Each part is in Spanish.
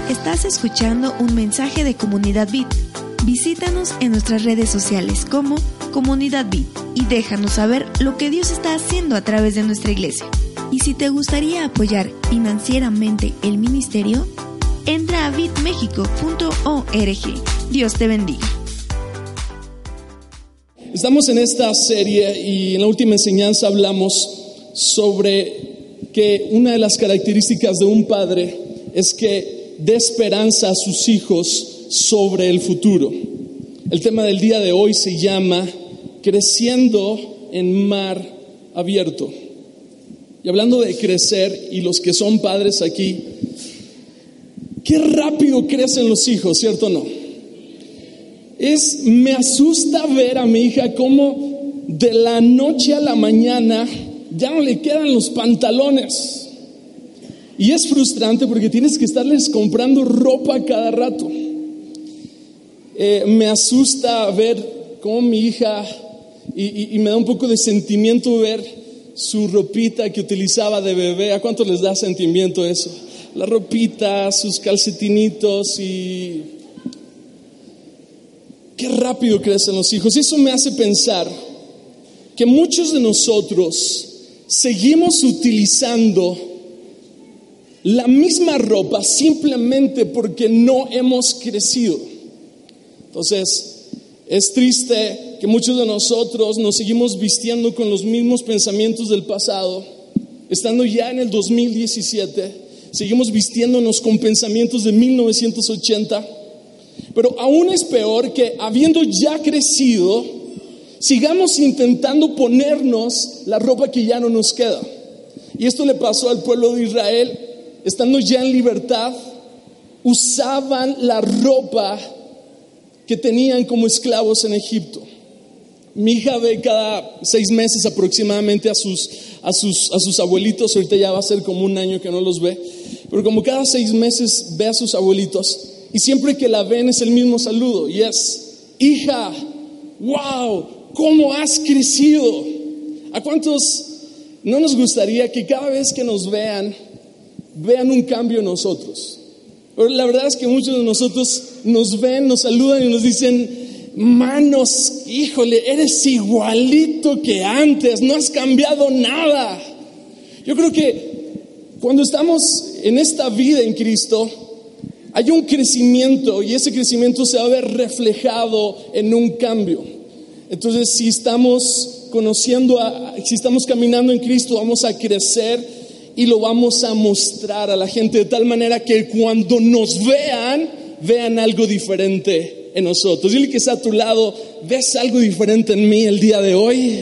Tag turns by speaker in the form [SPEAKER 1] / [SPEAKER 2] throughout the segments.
[SPEAKER 1] Estás escuchando un mensaje de Comunidad Vid. Visítanos en nuestras redes sociales como Comunidad Vid y déjanos saber lo que Dios está haciendo a través de nuestra iglesia. Y si te gustaría apoyar financieramente el ministerio, entra a vidmexico.org. Dios te bendiga.
[SPEAKER 2] Estamos en esta serie y en la última enseñanza hablamos sobre que una de las características de un padre es que dé esperanza a sus hijos sobre el futuro. El tema del día de hoy se llama Creciendo en mar abierto. Y hablando de crecer, y los que son padres aquí, qué rápido crecen los hijos, ¿cierto o no? Me asusta ver a mi hija cómo de la noche a la mañana ya no le quedan los pantalones. Y es frustrante porque tienes que estarles comprando ropa cada rato. Me asusta ver cómo mi hija, y me da un poco de sentimiento ver su ropita que utilizaba de bebé. ¿A cuánto les da sentimiento eso? La ropita, sus calcetinitos, y qué rápido crecen los hijos. Eso me hace pensar que muchos de nosotros seguimos utilizando la misma ropa simplemente porque no hemos crecido. Entonces, es triste que muchos de nosotros nos seguimos vistiendo con los mismos pensamientos del pasado. Estando ya en el 2017, seguimos vistiéndonos con pensamientos de 1980. Pero aún es peor que, habiendo ya crecido, sigamos intentando ponernos la ropa que ya no nos queda. Y esto le pasó al pueblo de Israel. Estando ya en libertad, usaban la ropa que tenían como esclavos en Egipto. Mi hija ve cada 6 meses aproximadamente a sus abuelitos. Ahorita ya va a ser como un año que no los ve, pero como cada 6 meses ve a sus abuelitos, y siempre que la ven es el mismo saludo, y es: hija, wow, ¿cómo has crecido? ¿A cuántos no nos gustaría que cada vez que nos vean un cambio en nosotros? Pero la verdad es que muchos de nosotros nos ven, nos saludan y nos dicen: manos, híjole, eres igualito que antes, no has cambiado nada. Yo creo que cuando estamos en esta vida en Cristo, hay un crecimiento, y ese crecimiento se va a ver reflejado en un cambio. Entonces, si estamos si estamos caminando en Cristo, vamos a crecer y lo vamos a mostrar a la gente de tal manera que cuando nos vean algo diferente en nosotros. Dile que está a tu lado: ¿ves algo diferente en mí el día de hoy?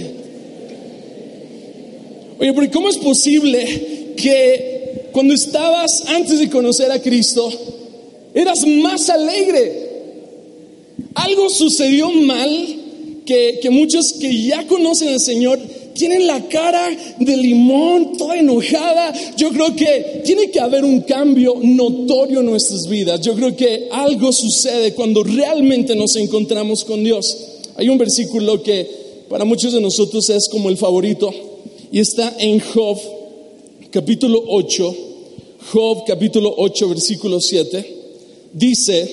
[SPEAKER 2] Oye, pero ¿cómo es posible que cuando estabas antes de conocer a Cristo eras más alegre? Algo sucedió mal que muchos que ya conocen al Señor tienen la cara de limón, toda enojada. Yo creo que tiene que haber un cambio notorio en nuestras vidas. Yo creo que algo sucede cuando realmente nos encontramos con Dios. Hay un versículo que para muchos de nosotros es como el favorito, y está en Job capítulo 8. Job capítulo 8 versículo 7. Dice: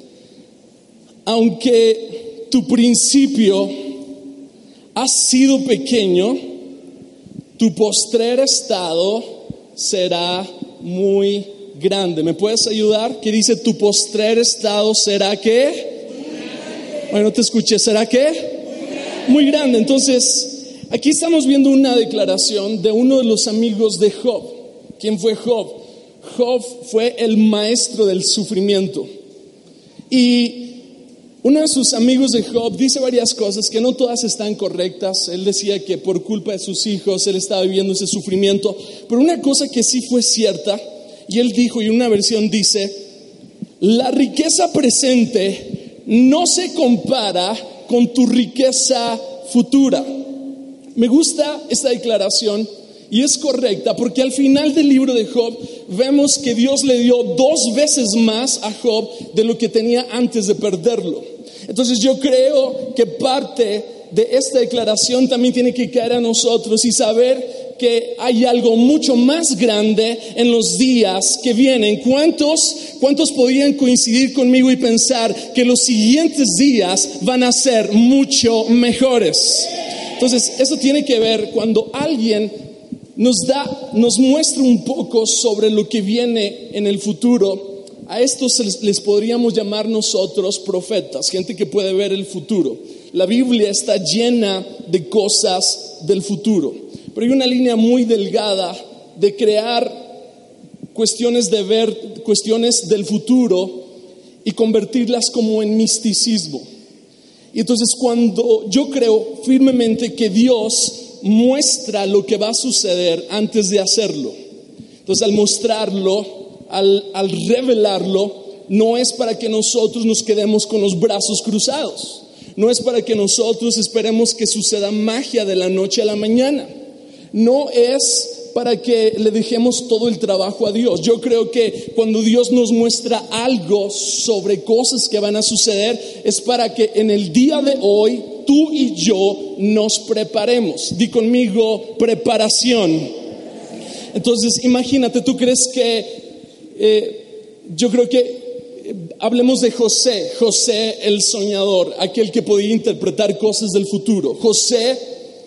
[SPEAKER 2] aunque tu principio ha sido pequeño, tu postrer estado será muy grande. ¿Me puedes ayudar? ¿Qué dice? Tu postrer estado será ¿qué? Bueno, no te escuché. ¿Será qué? Muy grande. Entonces, aquí estamos viendo una declaración de uno de los amigos de Job. ¿Quién fue Job? Job fue el maestro del sufrimiento. Y uno de sus amigos de Job dice varias cosas que no todas están correctas. Él decía que por culpa de sus hijos él estaba viviendo ese sufrimiento, pero una cosa que sí fue cierta, y él dijo, y en una versión dice: la riqueza presente no se compara con tu riqueza futura. Me gusta esta declaración y es correcta, porque al final del libro de Job vemos que Dios le dio 2 veces más a Job de lo que tenía antes de perderlo. Entonces yo creo que parte de esta declaración también tiene que caer a nosotros y saber que hay algo mucho más grande en los días que vienen. ¿Cuántos podrían coincidir conmigo y pensar que los siguientes días van a ser mucho mejores? Entonces, eso tiene que ver cuando alguien nos muestra un poco sobre lo que viene en el futuro. A estos les podríamos llamar nosotros profetas, gente que puede ver el futuro. La Biblia está llena de cosas del futuro, pero hay una línea muy delgada de crear cuestiones del futuro y convertirlas como en misticismo. Y entonces, cuando yo creo firmemente que Dios muestra lo que va a suceder antes de hacerlo, entonces al mostrarlo, al revelarlo, no es para que nosotros nos quedemos con los brazos cruzados, no es para que nosotros esperemos que suceda magia de la noche a la mañana, no es para que le dejemos todo el trabajo a Dios. Yo creo que cuando Dios nos muestra algo sobre cosas que van a suceder, es para que en el día de hoy tú y yo nos preparemos. Di conmigo, preparación. Entonces, imagínate, ¿tú crees que yo creo que hablemos de José el soñador, aquel que podía interpretar cosas del futuro? José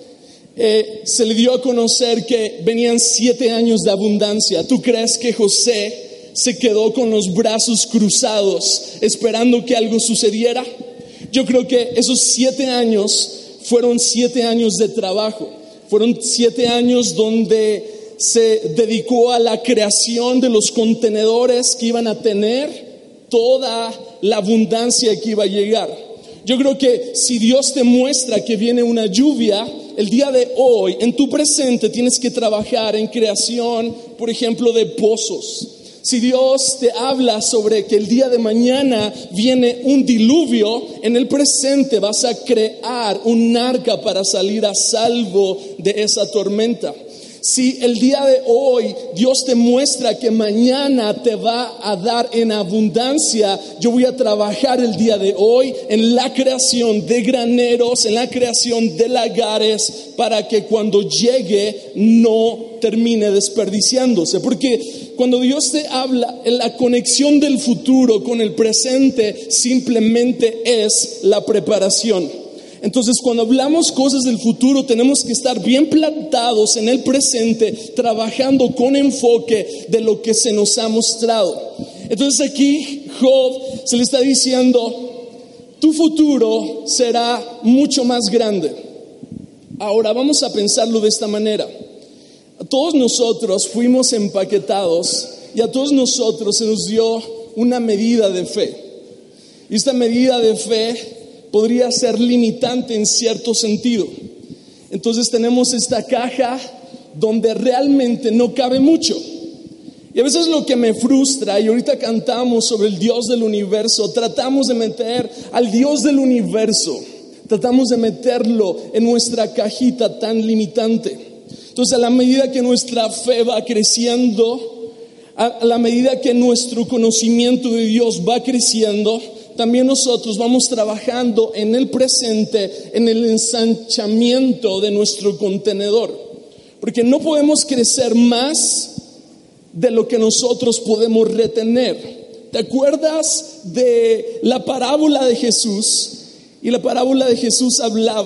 [SPEAKER 2] se le dio a conocer que venían 7 años de abundancia. ¿Tú crees que José se quedó con los brazos cruzados esperando que algo sucediera? Yo creo que esos 7 años fueron 7 años de trabajo, fueron 7 años donde se dedicó a la creación de los contenedores que iban a tener toda la abundancia que iba a llegar. Yo creo que si Dios te muestra que viene una lluvia, el día de hoy, en tu presente, tienes que trabajar en creación, por ejemplo, de pozos. Si Dios te habla sobre que el día de mañana viene un diluvio, en el presente vas a crear un arca para salir a salvo de esa tormenta. Si el día de hoy Dios te muestra que mañana te va a dar en abundancia, yo voy a trabajar el día de hoy en la creación de graneros, en la creación de lagares, para que cuando llegue no termine desperdiciándose. Porque cuando Dios te habla, en la conexión del futuro con el presente simplemente es la preparación. Entonces, cuando hablamos cosas del futuro, tenemos que estar bien plantados en el presente, trabajando con enfoque de lo que se nos ha mostrado. Entonces aquí Job se le está diciendo, tu futuro será mucho más grande. Ahora vamos a pensarlo de esta manera. A todos nosotros fuimos empaquetados y a todos nosotros se nos dio una medida de fe. Y esta medida de fe podría ser limitante en cierto sentido. Entonces tenemos esta caja donde realmente no cabe mucho. Y a veces lo que me frustra, y ahorita cantamos sobre el Dios del universo, tratamos de meter al Dios del universo, tratamos de meterlo en nuestra cajita tan limitante. Entonces, a la medida que nuestra fe va creciendo, a la medida que nuestro conocimiento de Dios va creciendo, también nosotros vamos trabajando en el presente, en el ensanchamiento de nuestro contenedor. Porque no podemos crecer más de lo que nosotros podemos retener. ¿Te acuerdas de la parábola de Jesús? Y la parábola de Jesús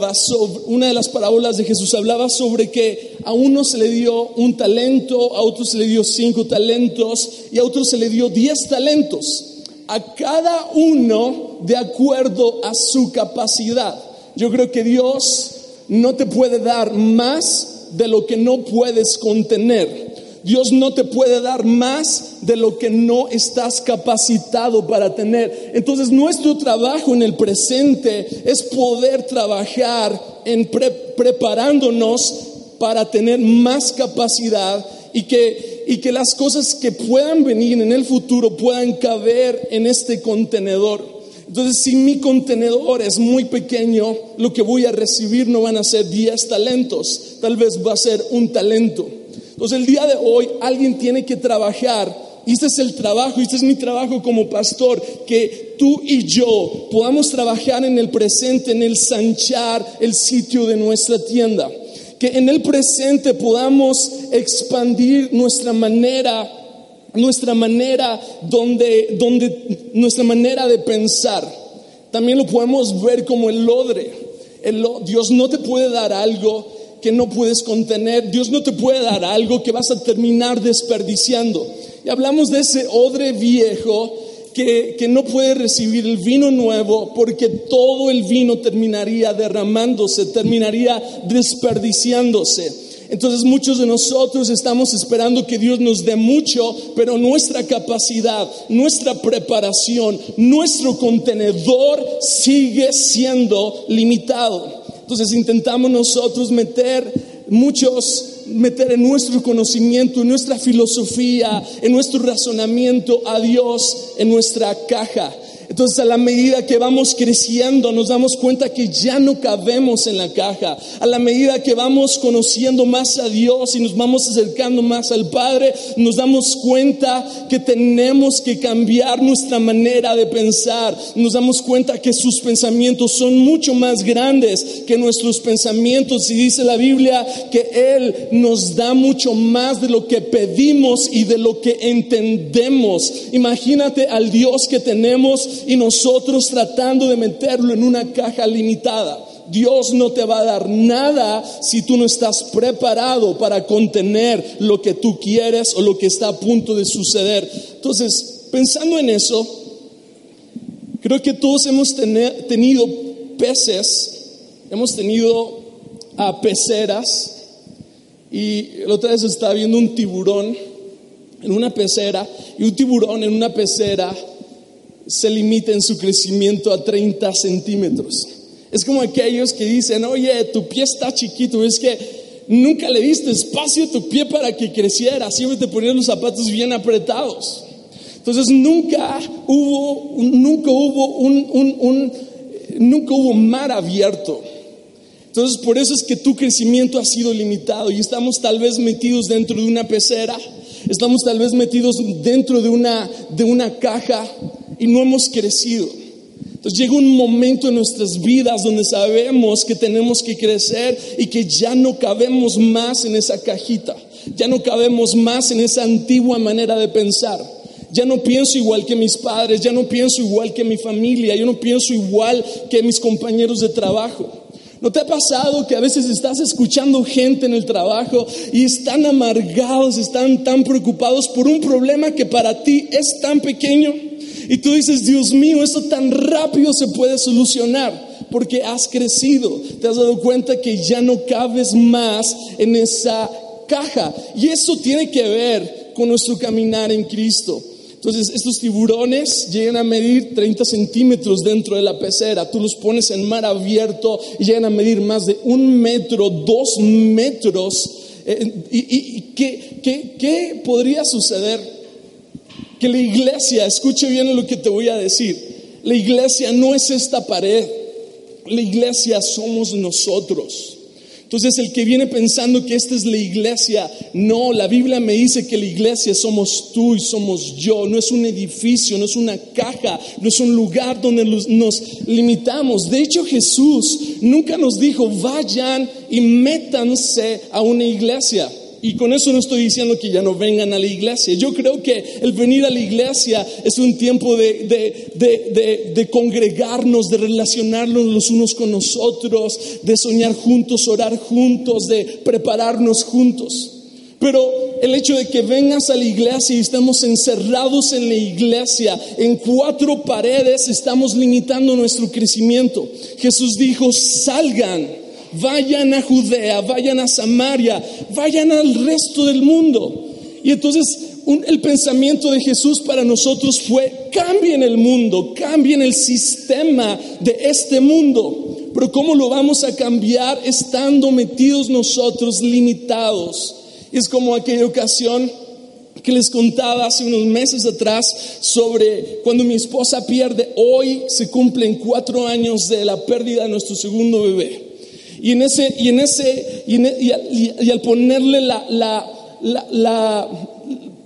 [SPEAKER 2] una de las parábolas de Jesús hablaba sobre que a uno se le dio 1 talento, a otro se le dio 5 talentos y a otro se le dio 10 talentos. A cada uno de acuerdo a su capacidad. Yo creo que Dios no te puede dar más de lo que no puedes contener. Dios no te puede dar más de lo que no estás capacitado para tener. Entonces nuestro trabajo en el presente es poder trabajar en preparándonos para tener más capacidad y que las cosas que puedan venir en el futuro puedan caber en este contenedor. Entonces, si mi contenedor es muy pequeño, lo que voy a recibir no van a ser 10 talentos, tal vez va a ser 1 talento. Entonces, el día de hoy alguien tiene que trabajar, y este es el trabajo, este es mi trabajo como pastor, que tú y yo podamos trabajar en el presente, en el ensanchar el sitio de nuestra tienda. que en el presente podamos expandir nuestra manera de pensar. También lo podemos ver como el odre. Dios no te puede dar algo que no puedes contener. Dios no te puede dar algo que vas a terminar desperdiciando. Y hablamos de ese odre viejo que no puede recibir el vino nuevo, porque todo el vino terminaría derramándose, terminaría desperdiciándose. Entonces muchos de nosotros estamos esperando que Dios nos dé mucho, pero nuestra capacidad, nuestra preparación, nuestro contenedor sigue siendo limitado. Entonces intentamos nosotros meter en nuestro conocimiento, en nuestra filosofía, en nuestro razonamiento a Dios en nuestra caja. Entonces, a la medida que vamos creciendo, nos damos cuenta que ya no cabemos en la caja. A la medida que vamos conociendo más a Dios y nos vamos acercando más al Padre, nos damos cuenta que tenemos que cambiar nuestra manera de pensar. Nos damos cuenta que sus pensamientos son mucho más grandes que nuestros pensamientos. Y dice la Biblia que Él nos da mucho más de lo que pedimos y de lo que entendemos. Imagínate al Dios que tenemos y nosotros tratando de meterlo en una caja limitada. Dios no te va a dar nada si tú no estás preparado para contener lo que tú quieres o lo que está a punto de suceder. Entonces, pensando en eso, creo que todos hemos tenido peces, hemos tenido peceras, y la otra vez estaba viendo un tiburón en una pecera, y un tiburón en una pecera se limita en su crecimiento a 30 centímetros. Es como aquellos que dicen: oye, tu pie está chiquito, es que nunca le diste espacio a tu pie para que creciera, siempre te ponías los zapatos bien apretados. Entonces nunca hubo mar abierto. Entonces por eso es que tu crecimiento ha sido limitado, y estamos tal vez metidos dentro de una pecera, estamos tal vez metidos dentro de una caja y no hemos crecido. Entonces llega un momento en nuestras vidas donde sabemos que tenemos que crecer y que ya no cabemos más en esa cajita, ya no cabemos más en esa antigua manera de pensar. Ya no pienso igual que mis padres, ya no pienso igual que mi familia, yo no pienso igual que mis compañeros de trabajo. ¿No te ha pasado que a veces estás escuchando gente en el trabajo y están amargados, están tan preocupados por un problema que para ti es tan pequeño? Y tú dices: Dios mío, esto tan rápido se puede solucionar, porque has crecido, te has dado cuenta que ya no cabes más en esa caja. Y eso tiene que ver con nuestro caminar en Cristo. Entonces estos tiburones llegan a medir 30 centímetros dentro de la pecera. Tú los pones en mar abierto y llegan a medir más de 1 metro, 2 metros. ¿Qué podría suceder? Que la iglesia, escuche bien lo que te voy a decir, la iglesia no es esta pared, la iglesia somos nosotros. Entonces el que viene pensando que esta es la iglesia, no, la Biblia me dice que la iglesia somos tú y somos yo. No es un edificio, no es una caja, no es un lugar donde nos limitamos. De hecho, Jesús nunca nos dijo: vayan y métanse a una iglesia. Y con eso no estoy diciendo que ya no vengan a la iglesia. Yo creo que el venir a la iglesia es un tiempo de congregarnos, de relacionarnos los unos con los otros, de soñar juntos, orar juntos, de prepararnos juntos. Pero el hecho de que vengas a la iglesia y estamos encerrados en la iglesia, en 4 paredes, estamos limitando nuestro crecimiento. Jesús dijo: salgan. Vayan a Judea, vayan a Samaria, vayan al resto del mundo. Y entonces el pensamiento de Jesús para nosotros fue: cambien el mundo, cambien el sistema de este mundo. Pero ¿cómo lo vamos a cambiar estando metidos nosotros limitados? Es como aquella ocasión que les contaba hace unos meses atrás sobre cuando mi esposa pierde. Hoy se cumplen 4 años de la pérdida de nuestro segundo bebé. Y al ponerle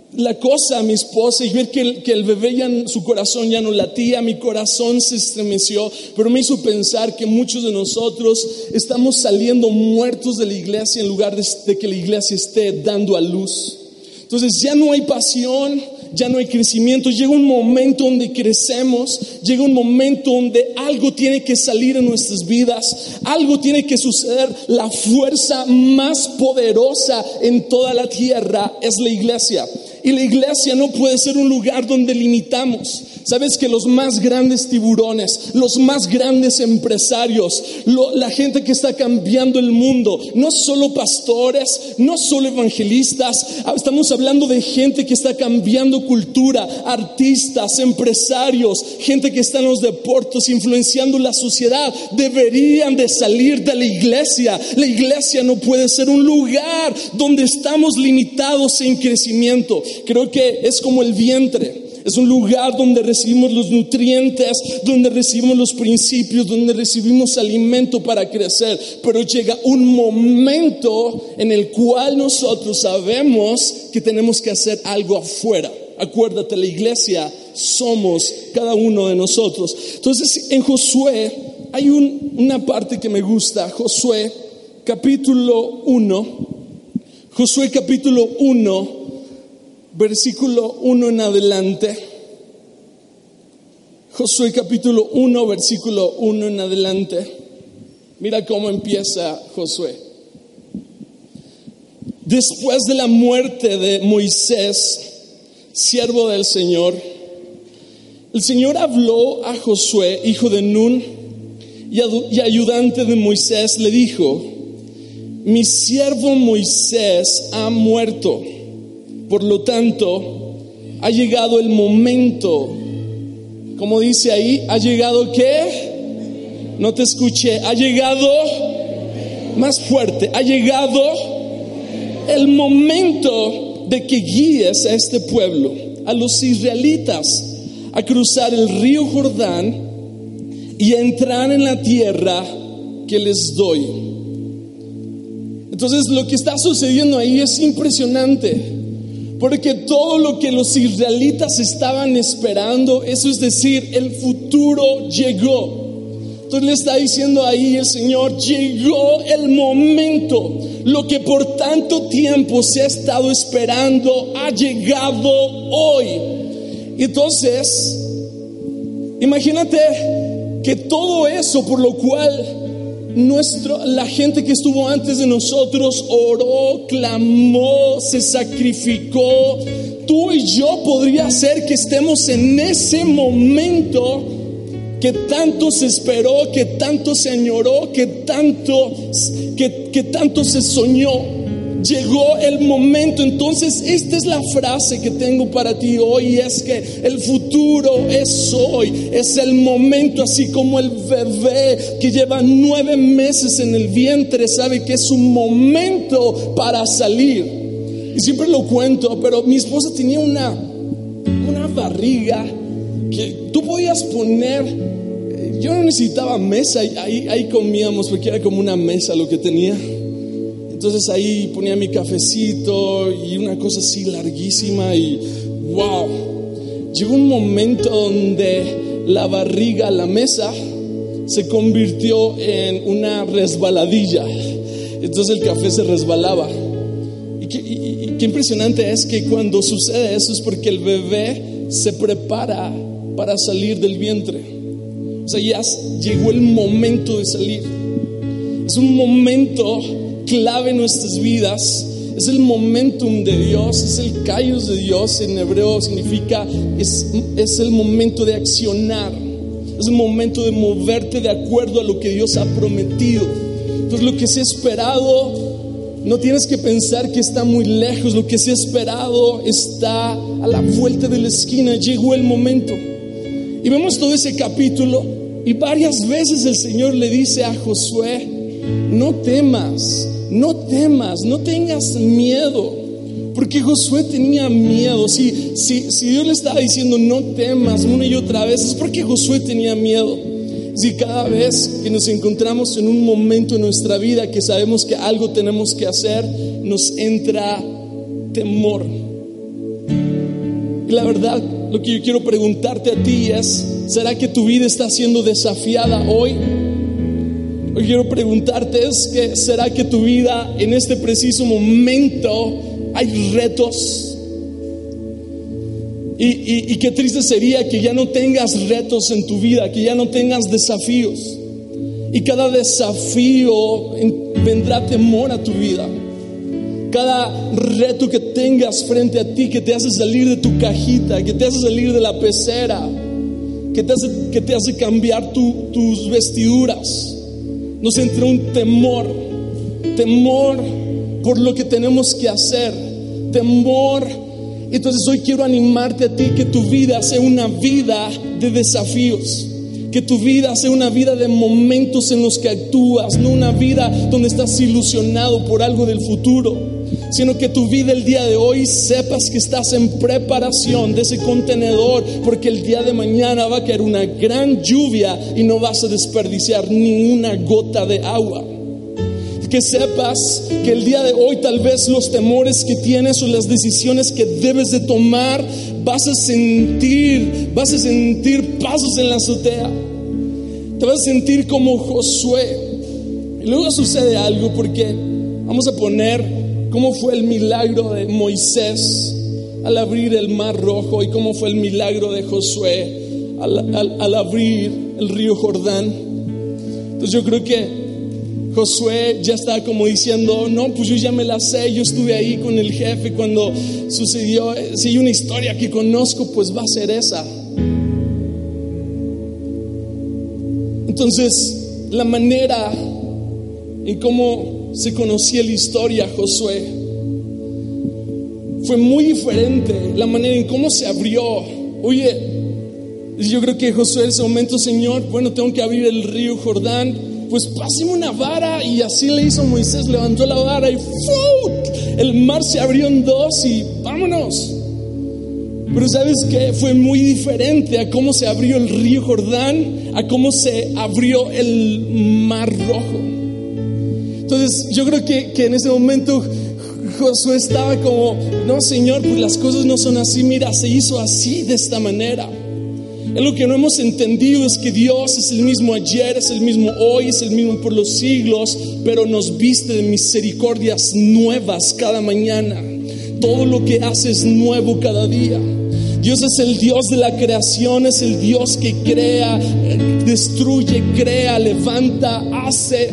[SPEAKER 2] la cosa a mi esposa y ver que el bebé su corazón ya no latía, mi corazón se estremeció, pero me hizo pensar que muchos de nosotros estamos saliendo muertos de la iglesia en lugar de que la iglesia esté dando a luz. Entonces ya no hay pasión, ya no hay crecimiento. Llega un momento donde crecemos, llega un momento donde algo tiene que salir en nuestras vidas, algo tiene que suceder. La fuerza más poderosa en toda la tierra es la iglesia. Y la iglesia no puede ser un lugar donde limitamos. Sabes que los más grandes tiburones, los más grandes empresarios, la gente que está cambiando el mundo, no solo pastores, no solo evangelistas, estamos hablando de gente que está cambiando cultura, artistas, empresarios, gente que está en los deportes, influenciando la sociedad. Deberían de salir de la iglesia. La iglesia no puede ser un lugar donde estamos limitados en crecimiento. Creo que es como el vientre. Es un lugar donde recibimos los nutrientes, donde recibimos los principios, donde recibimos alimento para crecer. Pero llega un momento en el cual nosotros sabemos que tenemos que hacer algo afuera. Acuérdate, la iglesia somos cada uno de nosotros. Entonces en Josué hay una parte que me gusta. Josué capítulo 1. Josué capítulo 1. Versículo 1 en adelante. Josué capítulo 1, versículo 1 en adelante. Mira cómo empieza Josué. Después de la muerte de Moisés, siervo del Señor, el Señor habló a Josué, hijo de Nun, y ayudante de Moisés, le dijo: mi siervo Moisés ha muerto. Por lo tanto, ha llegado el momento. Como dice ahí, ¿ha llegado qué? No te escuché. Ha llegado, más fuerte, ha llegado el momento de que guíes a este pueblo, a los israelitas, a cruzar el río Jordán y a entrar en la tierra que les doy. Entonces lo que está sucediendo ahí es impresionante. Porque todo lo que los israelitas estaban esperando, eso es decir, el futuro llegó. Entonces le está diciendo ahí el Señor: llegó el momento. Lo que por tanto tiempo se ha estado esperando ha llegado hoy. Entonces, imagínate que todo eso por lo cual la gente que estuvo antes de nosotros oró, clamó, se sacrificó. Tú y yo podría ser que estemos en ese momento que tanto se esperó, que tanto se añoró, que tanto se soñó. Llegó el momento. Entonces esta es la frase que tengo para ti hoy, y es que el futuro es hoy, es el momento. Así como el bebé que lleva 9 meses en el vientre sabe que es un momento para salir. Y siempre lo cuento, pero mi esposa tenía una barriga que tú podías poner. Yo no necesitaba mesa, ahí comíamos porque era como una mesa lo que tenía. Entonces ahí ponía mi cafecito y una cosa así larguísima, y wow, llegó un momento donde la barriga, la mesa, se convirtió en una resbaladilla. Entonces el café se resbalaba. Y qué impresionante es que cuando sucede eso es porque el bebé se prepara para salir del vientre. O sea, ya llegó el momento de salir. Es un momento clave en nuestras vidas. Es el momentum de Dios, es el kairos de Dios. En hebreo significa es el momento de accionar, es el momento de moverte de acuerdo a lo que Dios ha prometido. Entonces lo que se ha esperado, no tienes que pensar que está muy lejos. Lo que se ha esperado está a la vuelta de la esquina. Llegó el momento. Y vemos todo ese capítulo, y varias veces el Señor le dice a Josué: no temas, no temas, no tengas miedo. Porque Josué tenía miedo. Si Dios le estaba diciendo no temas una y otra vez, es porque Josué tenía miedo. Si cada vez que nos encontramos en un momento en nuestra vida que sabemos que algo tenemos que hacer, nos entra temor. Y la verdad, lo que yo quiero preguntarte a ti es, ¿será que tu vida está siendo desafiada hoy? Lo que quiero preguntarte es que ¿será que tu vida en este preciso momento hay retos? Y qué triste sería que ya no tengas retos en tu vida, que ya no tengas desafíos. Y cada desafío vendrá temor a tu vida. Cada reto que tengas frente a ti, que te hace salir de tu cajita, que te hace salir de la pecera, que te hace cambiar tus vestiduras, nos entra un temor por lo que tenemos que hacer, temor. Entonces hoy quiero animarte a ti que tu vida sea una vida de desafíos, que tu vida sea una vida de momentos en los que actúas, no una vida donde estás ilusionado por algo del futuro, sino que tu vida el día de hoy sepas que estás en preparación de ese contenedor, porque el día de mañana va a caer una gran lluvia y no vas a desperdiciar ni una gota de agua. Que sepas que el día de hoy tal vez los temores que tienes o las decisiones que debes de tomar, vas a sentir pasos en la azotea. Te vas a sentir como Josué. Y luego sucede algo, porque vamos a poner cómo fue el milagro de Moisés al abrir el mar rojo y cómo fue el milagro de Josué al abrir el río Jordán. Entonces yo creo que Josué ya está como diciendo, no, pues yo ya me la sé, yo estuve ahí con el jefe cuando sucedió. Si hay una historia que conozco, pues va a ser esa. Entonces, la manera en cómo se conocía la historia Josué fue muy diferente. La manera en cómo se abrió. Oye, yo creo que Josué en ese momento, Señor, bueno, tengo que abrir el río Jordán, pues pásame una vara. Y así le hizo Moisés, levantó la vara y ¡fuu! El mar se abrió en dos y vámonos. Pero ¿sabes qué? Fue muy diferente a cómo se abrió el río Jordán, a cómo se abrió el mar rojo. Entonces yo creo que en ese momento Josué estaba como, no, Señor, pues las cosas no son así, mira, se hizo así, de esta manera. Lo que no hemos entendido es que Dios es el mismo ayer, es el mismo hoy, es el mismo por los siglos, pero nos viste de misericordias nuevas cada mañana. Todo lo que hace es nuevo cada día. Dios es el Dios de la creación, es el Dios que crea, destruye, crea, levanta, hace.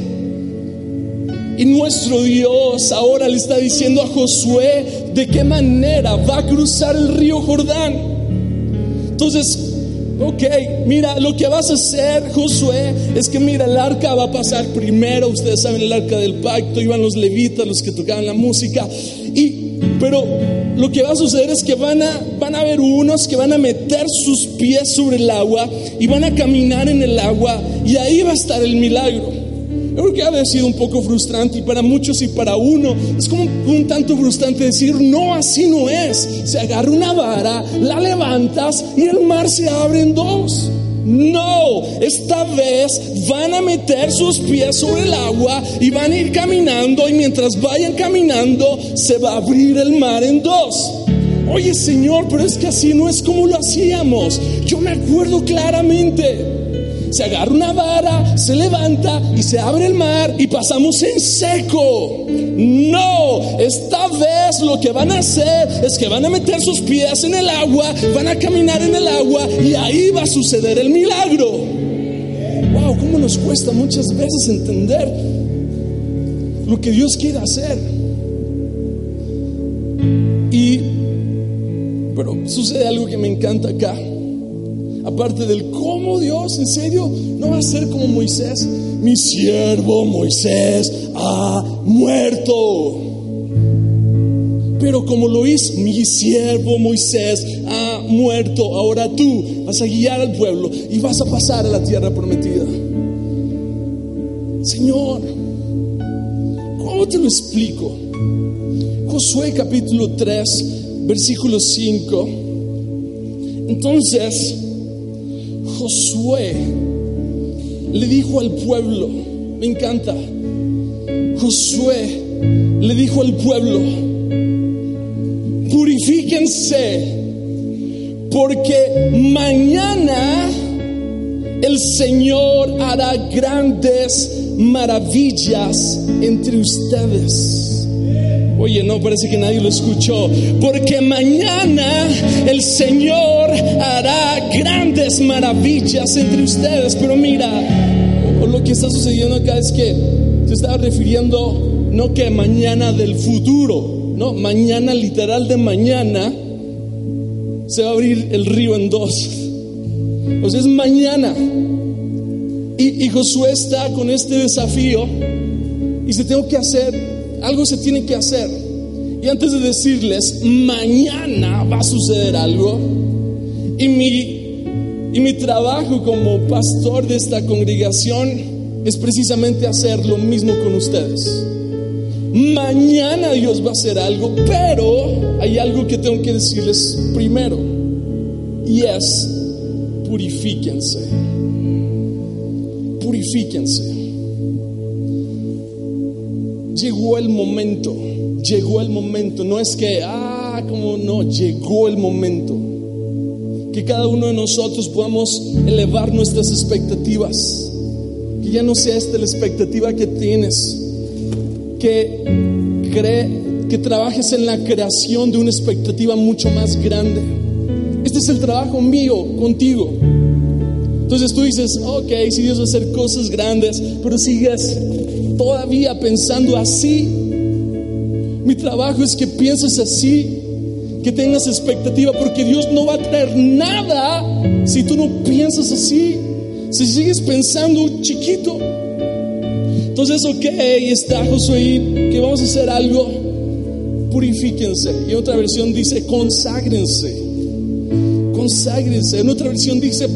[SPEAKER 2] Y nuestro Dios ahora le está diciendo a Josué de qué manera va a cruzar el río Jordán. Entonces, ok, mira, lo que vas a hacer, Josué, es que mira, el arca va a pasar primero. Ustedes saben, el arca del pacto, iban los levitas, los que tocaban la música. Pero lo que va a suceder es que van a haber unos que van a meter sus pies sobre el agua y van a caminar en el agua, y ahí va a estar el milagro. Yo creo que ha sido un poco frustrante, y para muchos y para uno es como un tanto frustrante decir, no, así no es. Se agarra una vara, la levantas y el mar se abre en dos. No, esta vez van a meter sus pies sobre el agua y van a ir caminando, y mientras vayan caminando se va a abrir el mar en dos. Oye, Señor, pero es que así no es como lo hacíamos. Yo me acuerdo claramente. Se agarra una vara, se levanta y se abre el mar y pasamos en seco. No, esta vez lo que van a hacer es que van a meter sus pies en el agua, van a caminar en el agua, y ahí va a suceder el milagro. Wow, cómo nos cuesta muchas veces entender lo que Dios quiere hacer. Pero sucede algo que me encanta acá. Aparte del cómo Dios, en serio, no va a ser como Moisés. Mi siervo Moisés ha muerto. Pero como lo hizo, mi siervo Moisés ha muerto. Ahora tú vas a guiar al pueblo y vas a pasar a la tierra prometida. Señor, ¿cómo te lo explico? Josué capítulo 3, versículo 5. Entonces Josué le dijo al pueblo, me encanta, Josué le dijo al pueblo, purifíquense, porque mañana el Señor hará grandes maravillas entre ustedes. Oye, no, parece que nadie lo escuchó. Porque mañana el Señor hará grandes maravillas entre ustedes. Pero mira, lo que está sucediendo acá es que se está refiriendo no que mañana del futuro, no, mañana literal de mañana se va a abrir el río en dos. O sea, es mañana. Y Josué está con este desafío y se tengo que hacer, algo se tiene que hacer. Y antes de decirles mañana va a suceder algo, y mi trabajo como pastor de esta congregación es precisamente hacer lo mismo con ustedes. Mañana Dios va a hacer algo, pero hay algo que tengo que decirles primero, y es: purifíquense. Purifíquense. Llegó el momento. No es que, como no, llegó el momento. Que cada uno de nosotros podamos elevar nuestras expectativas. Que ya no sea esta la expectativa que tienes. Que trabajes en la creación de una expectativa mucho más grande. Este es el trabajo mío contigo. Entonces tú dices, ok, si Dios va a hacer cosas grandes, pero sigues todavía pensando así. Mi trabajo es que pienses así, que tengas expectativa, porque Dios no va a traer nada si tú no piensas así, si sigues pensando chiquito. Entonces, ok, está Josué, que vamos a hacer algo. Purifíquense. Y en otra versión dice conságrense. En otra versión dice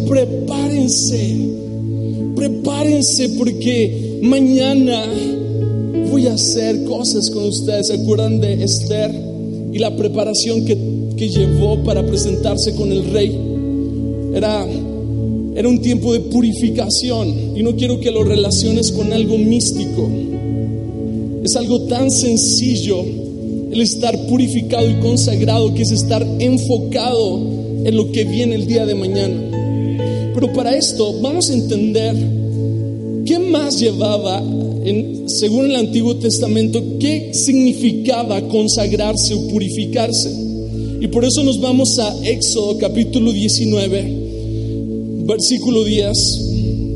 [SPEAKER 2] prepárense, porque mañana voy a hacer cosas con ustedes. ¿Se acuerdan de Esther y la preparación que llevó para presentarse con el rey? Era un tiempo de purificación, y no quiero que lo relaciones con algo místico. Es algo tan sencillo el estar purificado y consagrado, que es estar enfocado en lo que viene el día de mañana. Pero para esto vamos a entender qué más llevaba, según el Antiguo Testamento, qué significaba consagrarse o purificarse. Y por eso nos vamos a Éxodo capítulo 19, versículo 10.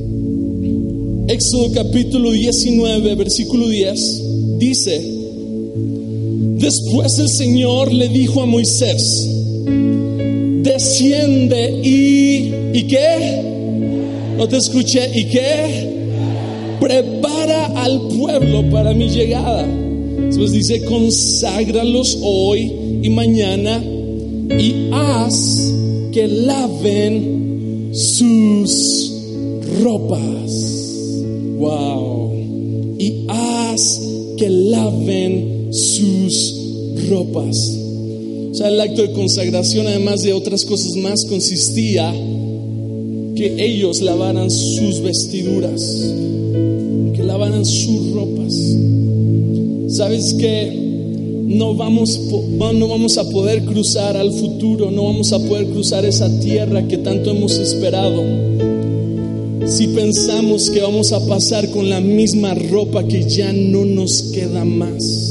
[SPEAKER 2] Éxodo capítulo 19, versículo 10 dice: después el Señor le dijo a Moisés: desciende ¿y qué? No te escuché. ¿Y qué? Prepara al pueblo para mi llegada. Después dice: conságralos hoy y mañana, y haz que laven sus ropas. Wow. Y haz que laven sus ropas. O sea, el acto de consagración, además de otras cosas más, consistía que ellos lavaran sus vestiduras, que lavaran sus ropas. ¿Sabes qué? No vamos a poder cruzar al futuro, no vamos a poder cruzar esa tierra que tanto hemos esperado si pensamos que vamos a pasar con la misma ropa que ya no nos queda más.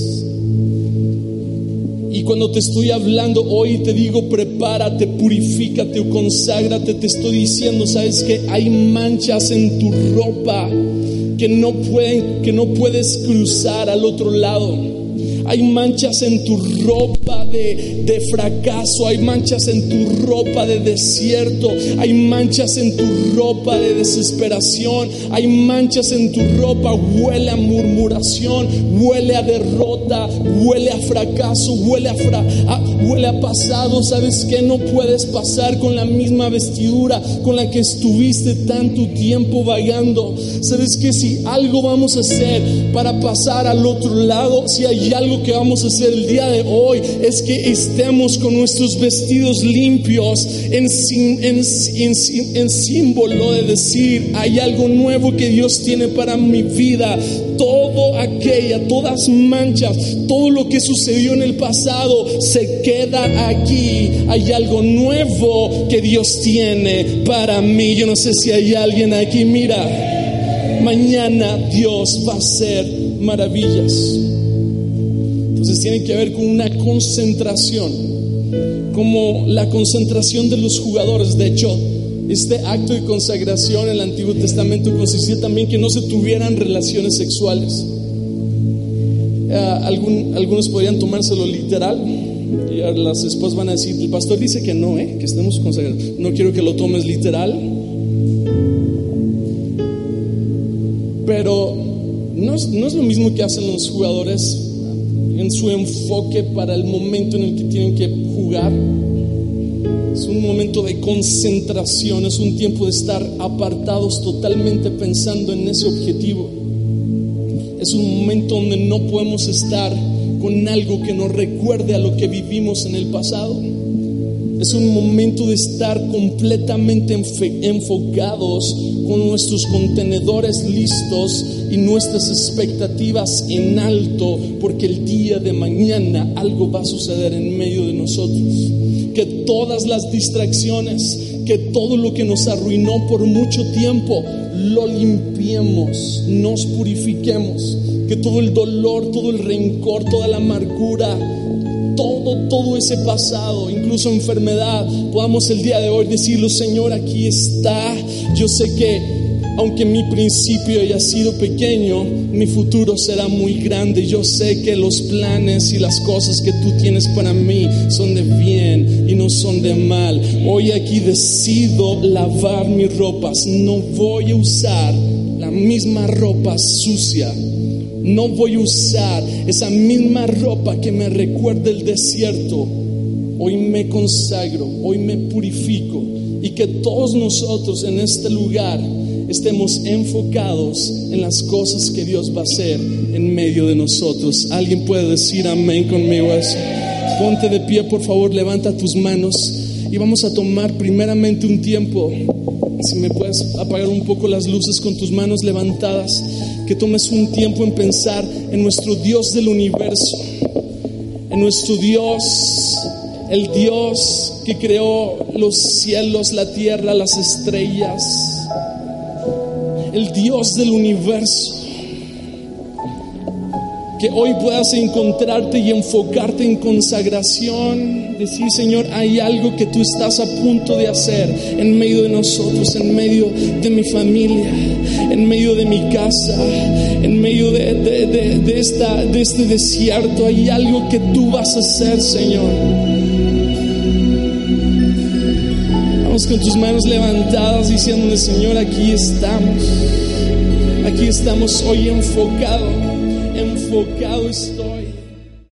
[SPEAKER 2] Y cuando te estoy hablando hoy, te digo prepárate, purifícate o conságrate, te estoy diciendo, ¿sabes qué? Hay manchas en tu ropa que no puedes cruzar al otro lado. Hay manchas en tu ropa de fracaso, hay manchas en tu ropa de desierto, hay manchas en tu ropa de desesperación, hay manchas en tu ropa. Huele a murmuración, huele a derrota, huele a fracaso, huele a pasado. ¿Sabes qué? No puedes pasar con la misma vestidura con la que estuviste tanto tiempo vagando. ¿Sabes qué? Si algo vamos a hacer para pasar al otro lado, si hay algo algo que vamos a hacer el día de hoy es que estemos con nuestros vestidos limpios en símbolo de decir: hay algo nuevo que Dios tiene para mi vida. Todas manchas, todo lo que sucedió en el pasado se queda aquí. Hay algo nuevo que Dios tiene para mí. Yo no sé si hay alguien aquí. Mira, mañana Dios va a hacer maravillas. Entonces tiene que ver con una concentración, como la concentración de los jugadores. De hecho, este acto de consagración en el Antiguo Testamento consistía también que no se tuvieran relaciones sexuales. Algunos podrían tomárselo literal y las esposas van a decir: el pastor dice que no, que estemos consagrados. No quiero que lo tomes literal, pero no es lo mismo que hacen los jugadores en su enfoque para el momento en el que tienen que jugar. Es un momento de concentración, es un tiempo de estar apartados totalmente pensando en ese objetivo. Es un momento donde no podemos estar con algo que nos recuerde a lo que vivimos en el pasado. Es un momento de estar completamente enfocados, con nuestros contenedores listos y nuestras expectativas en alto, porque el día de mañana algo va a suceder en medio de nosotros. Que todas las distracciones, que todo lo que nos arruinó por mucho tiempo, lo limpiemos, nos purifiquemos. Que todo el dolor, todo el rencor, toda la amargura, todo ese pasado, incluso enfermedad, podamos el día de hoy decirlo: Señor, aquí está. Yo sé que aunque mi principio haya sido pequeño, mi futuro será muy grande. Yo sé que los planes y las cosas que tú tienes para mí son de bien y no son de mal. Hoy aquí decido lavar mis ropas. No voy a usar la misma ropa sucia. No voy a usar esa misma ropa que me recuerda el desierto. Hoy me consagro, hoy me purifico, y que todos nosotros en este lugar estemos enfocados en las cosas que Dios va a hacer en medio de nosotros. ¿Alguien puede decir amén conmigo a eso? Ponte de pie, por favor, levanta tus manos y vamos a tomar primeramente un tiempo. Si me puedes apagar un poco las luces con tus manos levantadas, que tomes un tiempo en pensar en nuestro Dios del universo, en nuestro Dios, el Dios que creó los cielos, la tierra, las estrellas, el Dios del universo. Que hoy puedas encontrarte y enfocarte en consagración, decir: Señor, hay algo que tú estás a punto de hacer en medio de nosotros, en medio de mi familia, en medio de mi casa, en medio de este desierto. Hay algo que tú vas a hacer, Señor. Vamos con tus manos levantadas diciéndole: Señor, aquí estamos hoy enfocado estoy